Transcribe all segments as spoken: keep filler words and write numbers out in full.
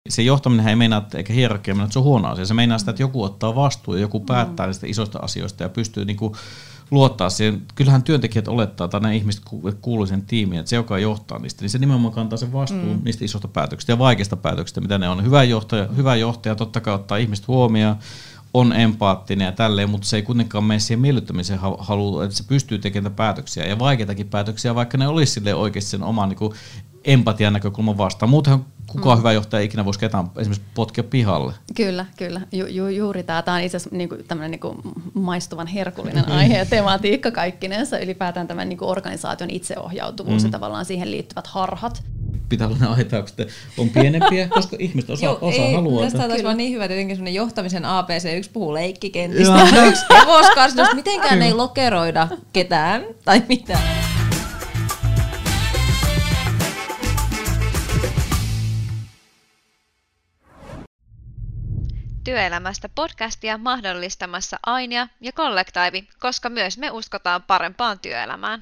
se johtaminen ei meinaa, eikä hierarkia meinaa, että se on huono asia. Se meinaa sitä, että joku ottaa vastuun ja joku päättää mm. niistä isoista asioista ja pystyy niinku luottaa siihen. Kyllähän työntekijät olettaa, tai ne ihmiset kuuluu sen tiimiin, että se, joka johtaa niistä, niin se nimenomaan kantaa sen vastuun mm. niistä isoista päätöksistä ja vaikeista päätöksistä, mitä ne on. Hyvä johtaja, hyvä johtaja totta kai ottaa ihmiset huomioon, on empaattinen ja tälleen, mutta se ei kuitenkaan mene siihen miellyttämiseen haluaa, että se pystyy tekemään päätöksiä ja vaikeitakin päätöksiä, vaikka ne olisi silleen oikeasti sen oman niin empatian näkökulman vastaan. Muutenhan kukaan mm. hyvä johtaja ikinä voisi ketään esimerkiksi potkia pihalle. Kyllä, kyllä. Ju, ju, juuri tämä. Tämä on itse asiassa niinku, tämmöinen niinku maistuvan herkullinen aihe ja tematiikka kaikkinensa. Ylipäätään tämän niinku organisaation itseohjautuvuus mm. ja tavallaan siihen liittyvät harhat. Pitää olla ne aitaukset on pienempiä, koska ihmiset osaa, Joo, osaa ei, haluaa. Tästä taisi olla niin hyvä tietenkin semmoinen johtamisen A B C. Yksi puhuu leikkikentistä, yksi hevoskarsinosta. Mitenkään Kyllä. ei lokeroida ketään tai mitään. Työelämästä podcastia mahdollistamassa Ainia ja Kollektiivi, koska myös me uskotaan parempaan työelämään.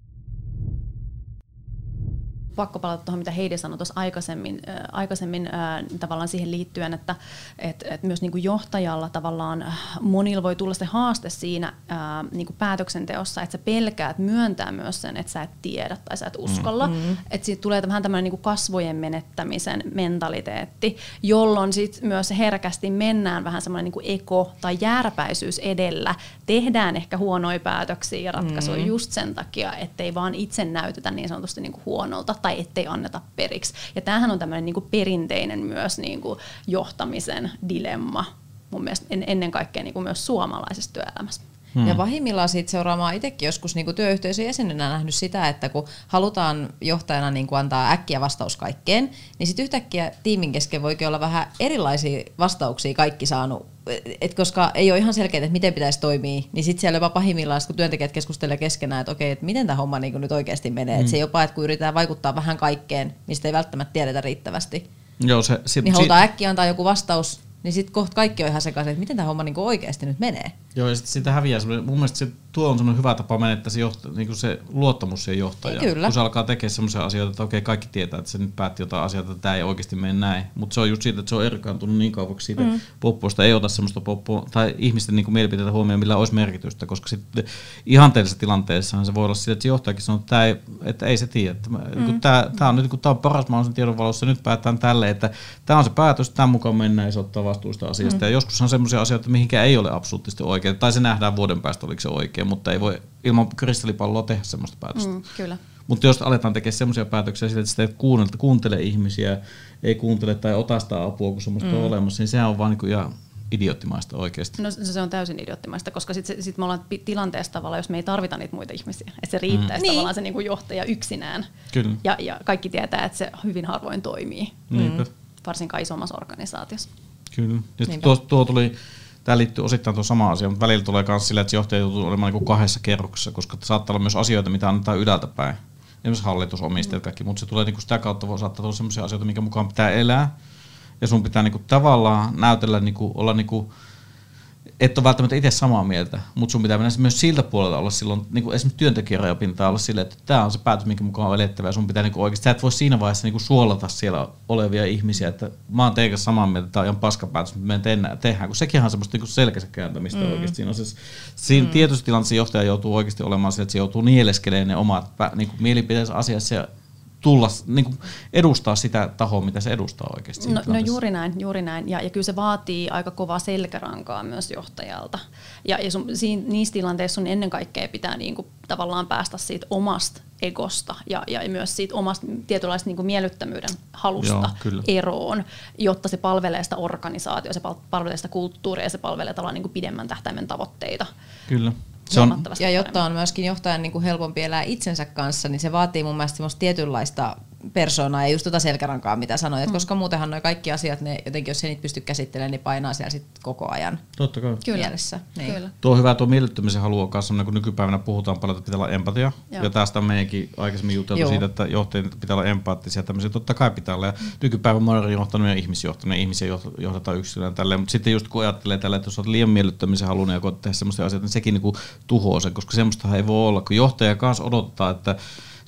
Pakko palata tuohon, mitä Heidi sanoi tuossa aikaisemmin, äh, aikaisemmin äh, tavallaan siihen liittyen, että et, et myös niin kuin johtajalla tavallaan äh, monilla voi tulla se haaste siinä äh, niin kuin päätöksenteossa, että sä pelkäät myöntää myös sen, että sä et tiedä tai sä et uskalla. Mm-hmm. Että siitä tulee vähän tämmöinen niin kuin kasvojen menettämisen mentaliteetti, jolloin sit myös herkästi mennään vähän semmoinen niin kuin eko- tai jääräpäisyys edellä. Tehdään ehkä huonoja päätöksiä ja ratkaisuja mm-hmm. just sen takia, ettei vaan itse näytetä niin sanotusti niin kuin huonolta tai ettei anneta periksi. Ja tämähän on tämmöinen niinku perinteinen myös niinku johtamisen dilemma mun mielestä en, ennen kaikkea niinku myös suomalaisessa työelämässä. Hmm. Ja pahimmillaan siitä seuraamaan itsekin joskus niin kuin työyhteisön jäsenenä nähnyt sitä, että kun halutaan johtajana niin kuin antaa äkkiä vastaus kaikkeen, niin sitten yhtäkkiä tiimin kesken voikin olla vähän erilaisia vastauksia kaikki saanut. Et koska ei ole ihan selkeää, että miten pitäisi toimia, niin sitten siellä jopa pahimmillaan, kun työntekijät keskustelee keskenään, että okei, että miten tämä homma niin kuin nyt oikeasti menee. Hmm. Että se jopa, että kun yritetään vaikuttaa vähän kaikkeen, mistä ei välttämättä tiedetä riittävästi, Joo, se, sit, niin halutaan sit, äkkiä antaa joku vastaus, niin sitten kohta kaikki on ihan sekaisin, että miten tämä homma niin kuin oikeasti nyt menee. Joo, ja sitten siitä häviää. Mun mielestä se, tuo on semmoinen hyvä tapa menettää se, johta, niin se luottamus siihen johtajaan. Kyllä. Kun se alkaa tekemään semmoisia asioita, että okei, kaikki tietää, että se nyt päätti jotain asioita, että tämä ei oikeasti mene näin. Mutta se on just siitä, että se on erkaantunut niin kauaksi siitä mm. poppoista, ei ota semmoista poppoa, tai ihmisten niin kuin mielipiteitä huomioon, millä olisi merkitystä, koska sitten ihanteellisessa tilanteessa se voi olla sillä, että se johtajakin sanoo, että, ei, että ei se tiedä. Että mm. tämä, tämä on nyt kun tämä on paras mahdollisen tiedon valossa, nyt päätetään tälle, että tämä on se päätös, tämän mukaan mennään ja se ottaa vastuusta asiasta. Mm. Ja joskus on semmoisia asioita, mihinkä ei ole absoluuttisesti oikein, tai se nähdään vuoden päästä, oliko se oikein, mutta ei voi ilman kristallipalloa tehdä semmoista päätöstä. Mm, kyllä. Mutta jos aletaan tekemään semmoisia päätöksiä sillä, että sitä ei kuuntele, kuuntele ihmisiä, ei kuuntele tai ota sitä apua, kun semmoista mm. on olemassa, niin sehän on vaan niin ihan idioottimaista oikeasti. No se on täysin idioottimaista, koska sitten sit me ollaan tilanteessa tavallaan, jos me ei tarvita niitä muita ihmisiä. Että se riittäisi mm. tavallaan se niinku johtaja yksinään. Kyllä. Ja, ja kaikki tietää, että se hyvin harvoin toimii. Mm. Varsinkaan isommassa organisaatiossa. Kyllä. Tuo, tuo tuli... Tämä liittyy osittain tuon sama asia, mutta välillä tulee myös sillä, että johtaja joutuu olemaan niin kahdessa kerroksessa, koska saattaa olla myös asioita, mitä annetaan ylältä päin. Esimerkiksi hallitusomistajat kaikki, mutta se tulee niin sitä kautta, voi saattaa tulla sellaisia asioita, mikä mukaan pitää elää. Ja sun pitää niin kuin tavallaan näytellä, niin kuin, olla niin kuin, et ole välttämättä itse samaa mieltä, mutta sun pitää mennä myös siltä puolelta olla silloin, niin kuin esimerkiksi työntekijärajapintaa olla silleen, että tämä on se päätös, minkä mukaan on elettävä, ja sun pitää niin kuin oikeasti, sä et voi siinä vaiheessa niin kuin suolata siellä olevia ihmisiä, että mä oon teidän samaa mieltä, että tämä on ihan paskapäätös, mutta me tehdään, tehdään, kun sekin on semmoista niin kuin selkänsä kääntämistä mm. oikeasti. Siinä, on siis, siinä mm. tietysti tilanteessa johtaja joutuu oikeasti olemaan sille, että se joutuu nieleskelemään ne omat niin kuin mielipiteensä asiassa ja tulla, niin kuin edustaa sitä tahoa, mitä se edustaa oikeasti. No, no juuri näin, juuri näin. Ja, ja kyllä se vaatii aika kovaa selkärankaa myös johtajalta. Ja, ja sun, siinä, niissä tilanteissa sun ennen kaikkea pitää niin kuin, tavallaan päästä siitä omasta egosta ja, ja myös siitä omasta tietynlaista niin kuin miellyttämyyden halusta Joo, eroon, jotta se palvelee sitä organisaatiota, se palvelee sitä kulttuuria ja se palvelee tavallaan niin kuin pidemmän tähtäimen tavoitteita. Kyllä. Se on, ja jotta on myöskin johtajan niin kuin helpompi elää itsensä kanssa, niin se vaatii mun mielestä semmoista tietynlaista persoonaa ja just tota selkärankaa, mitä sanoit, mm. koska muutenhan nuo kaikki asiat, ne jotenkin jos ei niitä pysty käsittelemään, niin painaa siellä sit koko ajan. Totta kai. Kyllä. Mielessä. Niin. Kyllä. Tuo on hyvä, tuo miellyttämisen halu on kanssa, kun nykypäivänä puhutaan paljon, että pitää olla empatia. Joo. Ja tästä on meidänkin aikaisemmin juteltu Joo. siitä, että johtajien pitää olla empaattisia. Tämmöisiä totta kai pitää olla. Ja mm. nykypäivän moderni johtaminen ja ihmisjohtaminen. Ihmisiä johdetaan yksilöön tälleen. Mutta sitten just kun ajattelee tällä, että jos olet liian miellyttämisen halunnut ja koet tehdä semmoisia asioita, niin sekin niinku tuhoaa sen, koska semmoista ei voi olla. Kun johtaja kanssa odottaa, että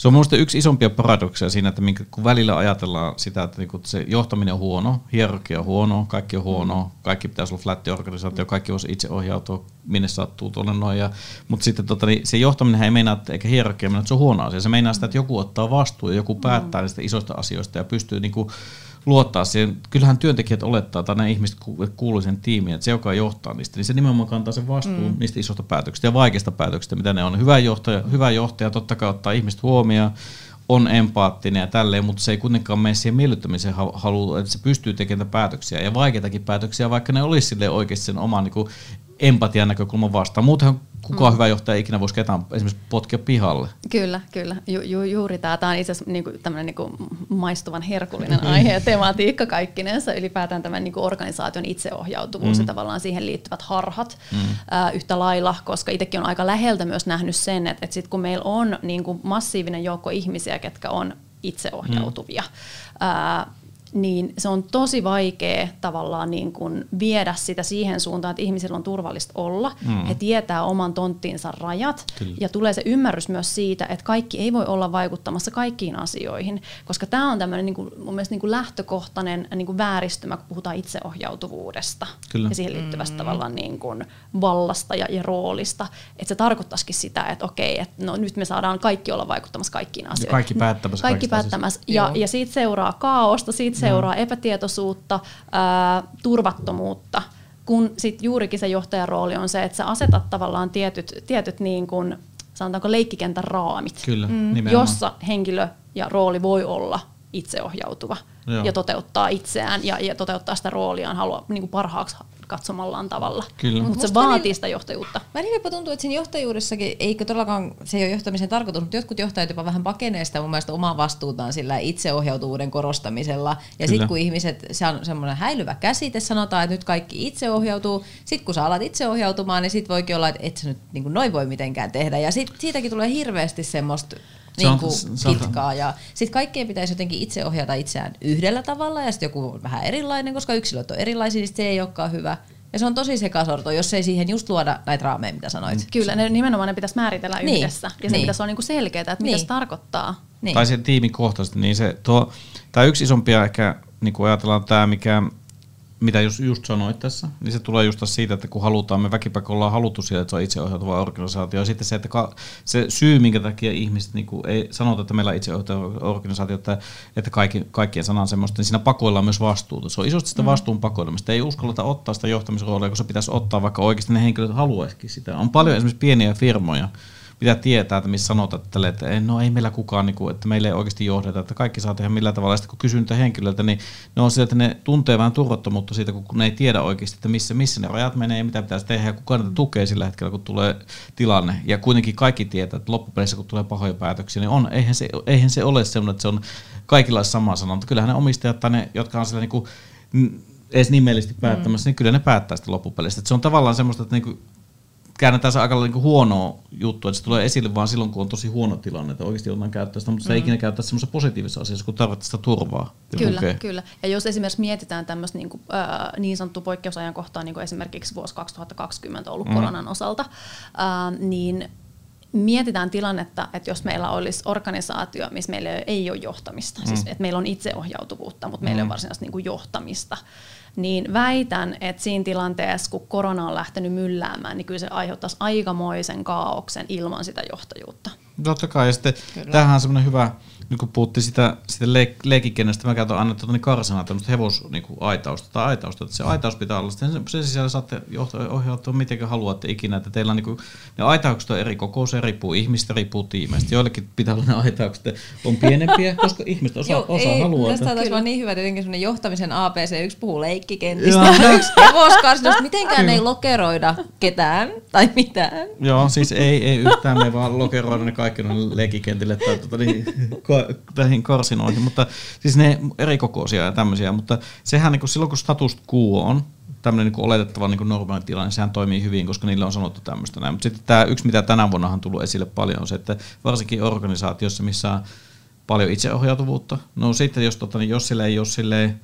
Se on minusta yksi isompia paradokseja siinä, että minkä, kun välillä ajatellaan sitä, että niinku se johtaminen on huono, hierarkia on huono, kaikki on huono, kaikki pitäisi olla flätti organisaatio, kaikki voisi itse ohjautua, minne sattuu tuonne noin. Ja, mutta sitten tota, niin se johtaminen ei meinaa, eikä hierarkia meinaa, että se on huono asia. Se meinaa sitä, että joku ottaa vastuun ja joku päättää mm. niistä isoista asioista ja pystyy niinku luottaa siihen. Kyllähän työntekijät olettaa, tai ne ihmiset kuuluu sen tiimiin, että se, joka johtaa niistä, niin se nimenomaan kantaa sen vastuun mm. niistä isoista päätöksistä ja vaikeista päätöksistä, mitä ne on. Hyvä johtaja, hyvä johtaja totta kai ottaa ihmiset huomioon, on empaattinen ja tälleen, mutta se ei kuitenkaan mene siihen miellyttämiseen haluun, että se pystyy tekemään päätöksiä ja vaikeitakin päätöksiä, vaikka ne olisi silleen oikeasti sen oman niin kuin empatian näkökulman vastaan. Muutenhan kukaan mm. hyvä johtaja ikinä voisi ketään esimerkiksi potkia pihalle. Kyllä, kyllä. Ju, ju, juuri tämä. Tämä on itse asiassa niinku, tämmöinen niinku maistuvan herkullinen aihe ja tematiikka kaikkinensa. Ylipäätään tämän niinku organisaation itseohjautuvuus mm. ja tavallaan siihen liittyvät harhat mm. ää, yhtä lailla, koska itsekin on aika läheltä myös nähnyt sen, että, että sit kun meillä on niinku massiivinen joukko ihmisiä, ketkä on itseohjautuvia, mm. ää, niin se on tosi vaikea tavallaan niin kuin viedä sitä siihen suuntaan, että ihmisillä on turvallista olla. Mm. He tietää oman tonttinsa rajat. Kyllä. Ja tulee se ymmärrys myös siitä, että kaikki ei voi olla vaikuttamassa kaikkiin asioihin, koska tämä on tämmöinen niin kuin, mun mielestä niin kuin lähtökohtainen niin kuin vääristymä, kun puhutaan itseohjautuvuudesta. Kyllä. Ja siihen liittyvästä mm. tavallaan niin kuin vallasta ja, ja roolista. Että se tarkoittaisikin sitä, että okei, että no, nyt me saadaan kaikki olla vaikuttamassa kaikkiin asioihin. Ja kaikki päättämässä. Kaikki päättämässä. Ja, ja siitä seuraa kaaosta, siitä seuraa epätietoisuutta, ää, turvattomuutta, kun sit juurikin se johtajan rooli on se, että sä asetat tavallaan tietyt, tietyt niin kuin, sanotaanko leikkikentän raamit, Kyllä, mm. jossa henkilö ja rooli voi olla itseohjautuva Joo. ja toteuttaa itseään ja, ja toteuttaa sitä rooliaan halua, niin kuin parhaaksi katsomallaan tavalla. Mutta se vaatii välillä, sitä johtajuutta. Välillä jopa tuntuu, että siinä johtajuudessakin, eikö todellakaan, se ei ole johtamisen tarkoitus, mutta jotkut johtajat jopa vähän pakenee sitä mun mielestä omaa vastuutaan sillä itseohjautuvuuden korostamisella. Ja sitten kun ihmiset, se on semmoinen häilyvä käsite, sanotaan, että nyt kaikki itseohjautuu. Sitten kun sä alat itseohjautumaan, niin sitten voikin olla, että et sä nyt niin kuin noin voi mitenkään tehdä. Ja sit, siitäkin tulee hirveästi semmoista niin kuin kitkaa. Ja sitten kaikkien pitäisi jotenkin itse ohjata itseään yhdellä tavalla ja sitten joku on vähän erilainen, koska yksilöt on erilaisia, niin se ei olekaan hyvä. Ja se on tosi sekasorto, jos ei siihen just luoda näitä raameja, mitä sanoit. Kyllä, ne, nimenomaan ne pitäisi määritellä niin. yhdessä. Ja se niin. pitäisi olla niinku selkeää, että niin. mitä se tarkoittaa. Niin. Tai se tiimikohtaisesti. Niin se, tuo, tämä yksi isompia ehkä, niin kun ajatellaan tämä, mikä, mitä just, just sanoit tässä, niin se tulee just siitä, että kun halutaan, me väkipaikka ollaan haluttu siitä, että se on itseohjautuva organisaatio. Ja sitten se, että ka, se syy, minkä takia ihmiset niin ei sanota, että meillä on itseohjautuva organisaatio, että, että kaikki, kaikkien sanan semmoista, niin siinä pakoillaan myös vastuuta. Se on isosti sitä vastuun pakoilemista. Ei uskalleta ottaa sitä johtamisroolia, kun se pitäisi ottaa, vaikka oikeasti ne henkilöt haluaisikin sitä. On paljon esimerkiksi pieniä firmoja, pitää tietää, että missä sanotaan, että, että no ei meillä kukaan, että meillä ei oikeasti johdeta, että kaikki saa tehdä millä tavalla. Ja sitten kun kysyy niitä henkilöiltä, niin ne on sillä, että ne tuntee vähän turvattomuutta siitä, kun ne ei tiedä oikeasti, että missä, missä ne rajat menee ja mitä pitäisi tehdä ja kuka niitä tukee sillä hetkellä, kun tulee tilanne. Ja kuitenkin kaikki tietää, että loppupeleissä, kun tulee pahoja päätöksiä, niin on, eihän, se, eihän se ole sellainen, että se on kaikilla sama sana, mutta kyllähän ne omistajat tai ne, jotka on sillä niin kuin, edes nimellisesti päättämässä, mm. niin kyllä ne päättää sitä loppupeleissä. Että se on tavallaan semmoista, että niin kuin, käännetään se aika niinku huonoa juttua, että se tulee esille vaan silloin, kun on tosi huono tilanne, että oikeasti joudutaan käyttää sitä, mutta sitä mm. ei ikinä käyttää semmoisessa positiivisessa asiassa, kun tarvitaan sitä turvaa. Kyllä, tukea. Kyllä. Ja jos esimerkiksi mietitään tämmöistä niin, kuin, äh, niin sanottua poikkeusajankohtaa, niin kuin esimerkiksi vuosi kaksituhattakaksikymmentä ollut mm. koronan osalta, äh, niin mietitään tilannetta, että jos meillä olisi organisaatio, missä meillä ei ole johtamista, mm. siis että meillä on itseohjautuvuutta, mutta meillä mm. ei ole varsinaista niin kuin johtamista, niin väitän, että siinä tilanteessa, kun korona on lähtenyt mylläämään, niin kyllä se aiheuttaisi aikamoisen kaaoksen ilman sitä johtajuutta. Totta kai, ja sitten tämähän on semmoinen hyvä, niin kun puhuttiin sitä, sitä leik- leikkikennestä, mä käytän aina tuota, niin karsanaa tämmöistä hevosaitausta tai aitausta, että se aitaus pitää olla, sen, sen sisällä saatte ohjautua mitenkä haluatte ikinä, että teillä on niin kuin, ne aitaukset on eri kokoisia, riippuu ihmistä, riippuu tiimeistä, joillekin pitää olla ne aitaukset on pienempiä, koska ihmiset osa, Joo, osa ei, haluaa. Tästä taisi vaan niin hyvä, tietenkin semmoinen johtamisen A B C, yksi puhuu leikkikentistä, yksi hevoskarsinasta, mitenkään ei lokeroida ketään tai mitään. Joo, siis ei, ei yhtään me vaan lokeroida ne kaikki noille leikkikentille tai tuota, niin, näihin karsinoihin, mutta siis ne erikokoisia ja tämmöisiä, mutta sehän niin silloin kun status quo on tämmöinen niin oletettava niin normaali tilanne, niin sehän toimii hyvin, koska niille on sanottu tämmöistä näin. Mutta sitten tämä yksi, mitä tänä vuonna on tullut esille paljon, on se, että varsinkin organisaatiossa, missä on paljon itseohjautuvuutta, no sitten jos, tota, niin jos sillä ei ole silleen,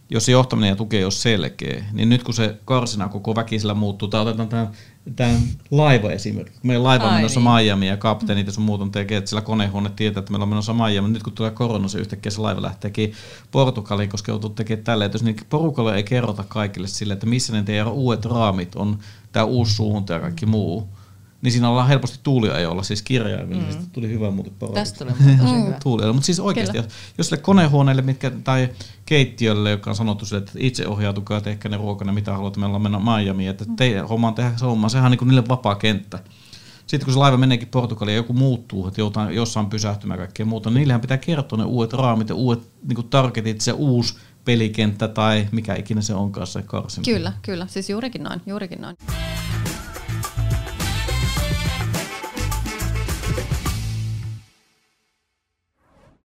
jos se johtaminen ja tuki ei ole selkeä, niin nyt kun se karsina koko väkisellä muuttuu, tai otetaan tämä, tämä laiva esimerkiksi. Meidän laiva on menossa niin. Miami ja kapteenit ja sun muut on tekee, että sillä konehuone tietää, että meillä on menossa Miami. Nyt kun tulee korona, se yhtäkkiä se laiva lähteekin Portugaliin, koska joutuu tekemään tälleen. Että jos niin porukalle ei kerrota kaikille sille, että missä ne teidän uudet raamit on, tämä uusi suunta ja kaikki muu, niin siinä ollaan helposti tuuliajolla, siis kirjaimellisesti. Mm. Tuli hyvä muuten parotus. Tästä tuli muuten tosi hyvä. Tuuliajolla, mutta siis oikeasti, jos, jos sille konehuoneelle mitkä, tai keittiölle, joka on sanottu sille, että itse ohjautukaa, tehkää ne ruokana, mitä haluatte, meillä on mennä Miamiin, että teidän hommaan tehdään se homma, sehän on niin kuin niille vapaa kenttä. Sitten kun se laiva meneekin Portugaliin ja joku muuttuu, että joutaan jossain pysähtymään kaikkea muuta, niin niillähän pitää kertoa ne uudet raamit ja uudet niin kuin targetit, se uusi pelikenttä tai mikä ikinä se onkaan se karsina. Kyllä, kyllä. Siis juurikin noin, juurikin noin.